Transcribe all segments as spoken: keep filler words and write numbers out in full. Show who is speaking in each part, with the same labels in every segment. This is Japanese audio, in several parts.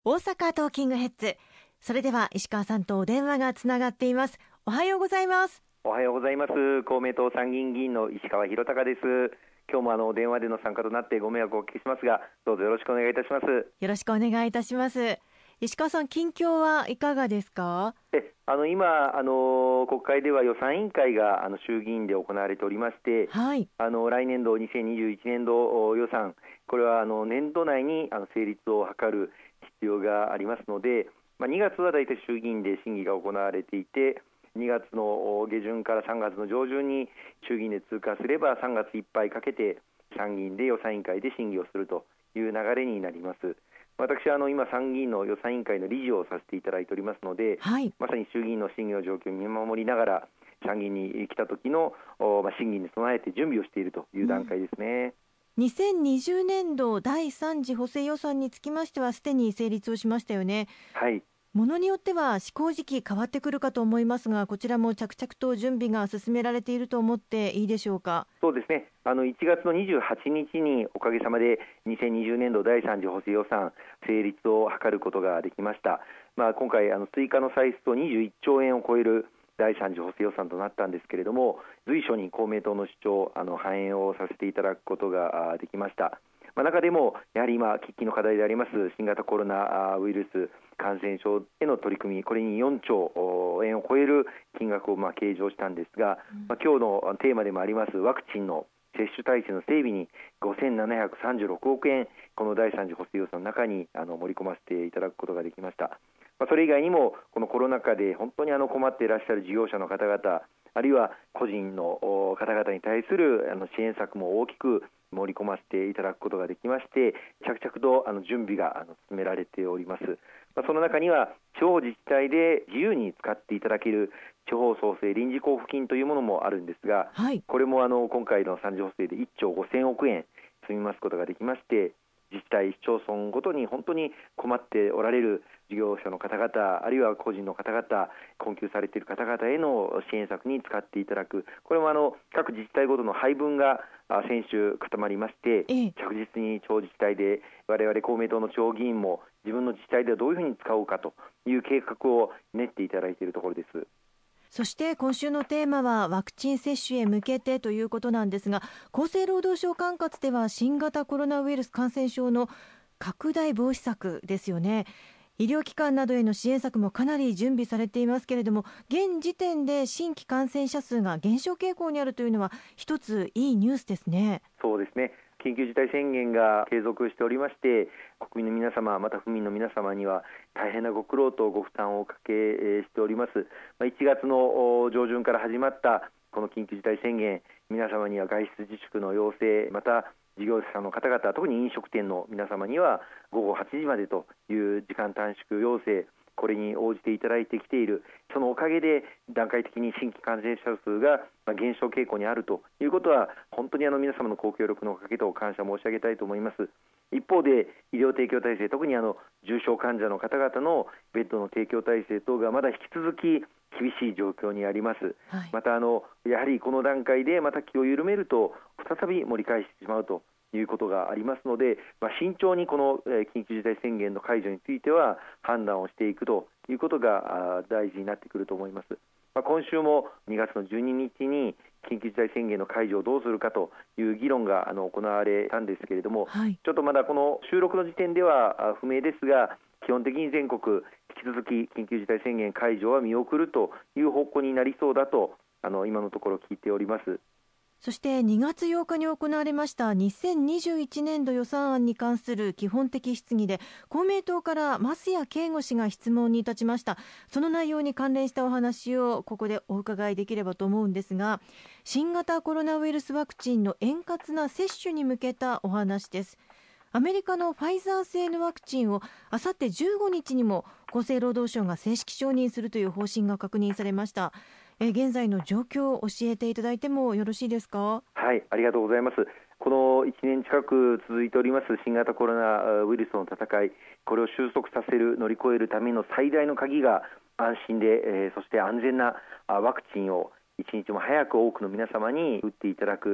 Speaker 1: 大阪トーキングヘッズ。それでは石川さんとお電話がつながっています。おはようございます。
Speaker 2: おはようございます。公明党参議院議員の石川博隆です。今日もあの電話での参加となってご迷惑をおかけしますが、どうぞよろしくお願いいたします。
Speaker 1: よろしくお願いいたします。石川さん、近況はいかがですか？
Speaker 2: えあの今あの国会では予算委員会があの衆議院で行われておりまして、
Speaker 1: はい、
Speaker 2: あの来年度にせんにじゅういちねんど予算、これはあの年度内にあの成立を図る必要がありますので、まあ、にがつはだいたい衆議院で審議が行われていて、にがつの下旬からさんがつの上旬に衆議院で通過すればさんがついっぱいかけて参議院で予算委員会で審議をするという流れになります。私はあの今参議院の予算委員会の理事をさせていただいておりますので、
Speaker 1: はい、
Speaker 2: まさに衆議院の審議の状況を見守りながら参議院に来た時の、まあ、審議に備えて準備をしているという段階ですね。
Speaker 1: うん、にせんにじゅうねんどだいさん次補正予算につきましてはすでに成立をしましたよね。
Speaker 2: はい、
Speaker 1: ものによっては施行時期変わってくるかと思いますが、こちらも着々と準備が進められていると思っていいでしょうか？
Speaker 2: そうですね。あのいちがつのにじゅうはちにちにおかげさまでにせんにじゅうねんどだいさん次補正予算成立を図ることができました。まあ、今回あの追加の歳出とにじゅういっちょうえんを超えるだいさん次補正予算となったんですけれども、随所に公明党の主張あの反映をさせていただくことができました。まあ、中でもやはり今喫緊の課題であります新型コロナウイルス感染症への取り組み、これによんちょうえんを超える金額をまあ計上したんですが、まあ、今日のテーマでもありますワクチンの接種体制の整備にごせんななひゃくさんじゅうろくおくえん、このだいさん次補正予算の中にあの盛り込ませていただくことができました。まあ、それ以外にもこのコロナ禍で本当にあの困っていらっしゃる事業者の方々、あるいは個人の方々に対するあの支援策も大きく盛り込ませていただくことができまして、着々とあの準備があの進められております。まあ、その中には地方自治体で自由に使っていただける地方創生臨時交付金というものもあるんですが、
Speaker 1: はい、
Speaker 2: これもあの今回のさん次補正でいっちょうごせんおくえん積み増すことができまして、自治体市町村ごとに本当に困っておられる事業者の方々、あるいは個人の方々、困窮されている方々への支援策に使っていただく、これもあの各自治体ごとの配分が先週固まりまして、
Speaker 1: ええ、
Speaker 2: 着実に地方自治体で我々公明党の地方議員も自分の自治体ではどういうふうに使おうかという計画を練っていただいているところです。
Speaker 1: そして今週のテーマはワクチン接種へ向けてということなんですが、厚生労働省管轄では新型コロナウイルス感染症の拡大防止策ですよね。医療機関などへの支援策もかなり準備されていますけれども、現時点で新規感染者数が減少傾向にあるというのは一ついいニュースですね。
Speaker 2: そうですね。緊急事態宣言が継続しておりまして、国民の皆様、また府民の皆様には大変なご苦労とご負担をおかけしております。いちがつの上旬から始まったこの緊急事態宣言、皆様には外出自粛の要請、また事業者の方々、特に飲食店の皆様にはごごはちじまでという時間短縮要請、これに応じていただいてきている。そのおかげで段階的に新規感染者数が減少傾向にあるということは、本当にあの皆様のご協力のおかげと感謝申し上げたいと思います。一方で医療提供体制、特にあの重症患者の方々のベッドの提供体制等がまだ引き続き厳しい状況にあります。
Speaker 1: はい、
Speaker 2: またあのやはりこの段階でまた気を緩めると再び盛り返してしまうということがありますので、まあ、慎重にこの緊急事態宣言の解除については判断をしていくということが大事になってくると思います。まあ、今週もにがつのじゅうににちに緊急事態宣言の解除をどうするかという議論があの行われたんですけれども、
Speaker 1: はい、
Speaker 2: ちょっとまだこの収録の時点では不明ですが、基本的に全国引き続き緊急事態宣言解除は見送るという方向になりそうだとあの今のところ聞いております。
Speaker 1: そしてにがつようかに行われましたにせんにじゅういちねんど予算案に関する基本的質疑で、公明党から増谷圭吾氏が質問に立ちました。その内容に関連したお話をここでお伺いできればと思うんですが、新型コロナウイルスワクチンの円滑な接種に向けたお話です。アメリカのファイザー製のワクチンをあさってじゅうごにちにも厚生労働省が正式承認するという方針が確認されました。え現在の状況を教えていただいてもよろしいですか？
Speaker 2: はい、ありがとうございます。このいちねん近く続いております新型コロナウイルスの戦い、これを収束させる、乗り越えるための最大の鍵が安心で、えー、そして安全なワクチンを一日も早く多くの皆様に打っていただく、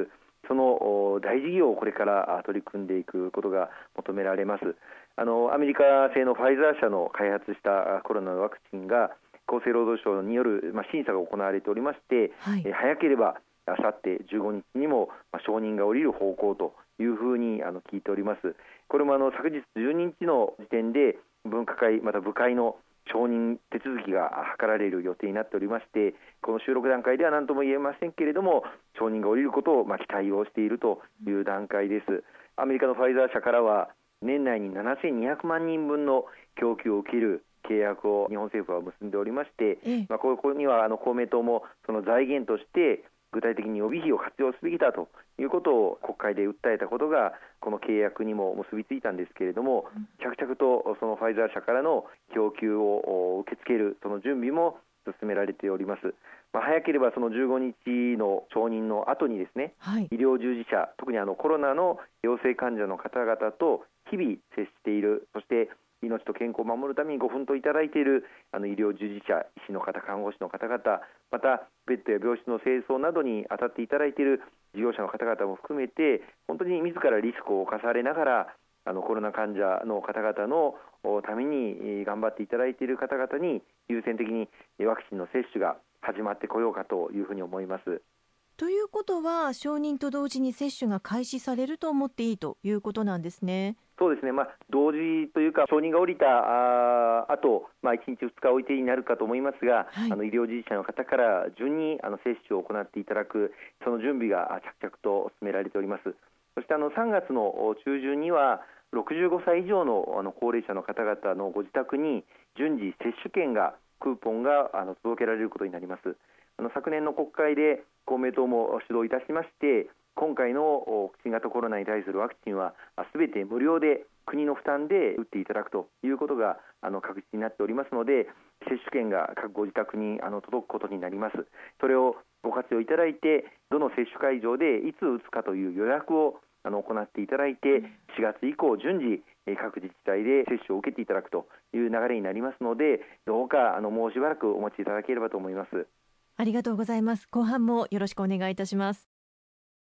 Speaker 2: その大事業をこれから取り組んでいくことが求められます。あのアメリカ製のファイザー社の開発したコロナのワクチンが厚生労働省による、まあ、審査が行われておりまして、はい、え早ければあさってじゅうごにちにも、まあ、承認が下りる方向というふうにあの聞いております。これもあの昨日じゅうににちの時点で分科会また部会の承認手続きが図られる予定になっておりまして、この収録段階では何とも言えませんけれども、承認が下りることをまあ期待をしているという段階です。アメリカのファイザー社からは年内にななせんにひゃくまんにんぶんの供給を受ける契約を日本政府は結んでおりまして、まあ、ここにはあの公明党もその財源として具体的に予備費を活用すべきだということを国会で訴えたことがこの契約にも結びついたんですけれども、着々とそのファイザー社からの供給を受け付けるその準備も進められております。まあ、早ければそのじゅうごにちの承認の後にですね、はい、医療従事者、特にあのコロナの陽性患者の方々と日々接している、そして命と健康を守るためにご奮闘いただいているあの医療従事者、医師の方、看護師の方々、またベッドや病室の清掃などに当たっていただいている事業者の方々も含めて、本当に自らリスクを冒されながらあのコロナ患者の方々のために頑張っていただいている方々に優先的にワクチンの接種が始まってこようかというふうに思います。
Speaker 1: ということは、承認と同時に接種が開始されると思っていいということなんですね。
Speaker 2: そうですね、まあ、同時というか承認が下りたああと、まあ、いちにちふつか置いてになるかと思いますが、はい、あの医療従事者の方から順にあの接種を行っていただく、その準備が着々と進められております。そしてあのさんがつの中旬にはろくじゅうごさい以上のあの高齢者の方々のご自宅に順次接種券がクーポンがあの届けられることになります。あの昨年の国会で公明党も主導いたしまして、今回の新型コロナに対するワクチンはすべて無料で国の負担で打っていただくということがあの確実になっておりますので、接種券が各ご自宅にあの届くことになります。それをご活用いただいて、どの接種会場でいつ打つかという予約をあの行っていただいて、しがつ以降順次各自治体で接種を受けていただくという流れになりますので、どうかあのもうしばらくお待ちいただければと思います。
Speaker 1: ありがとうございます。後半もよろしくお願いいたします。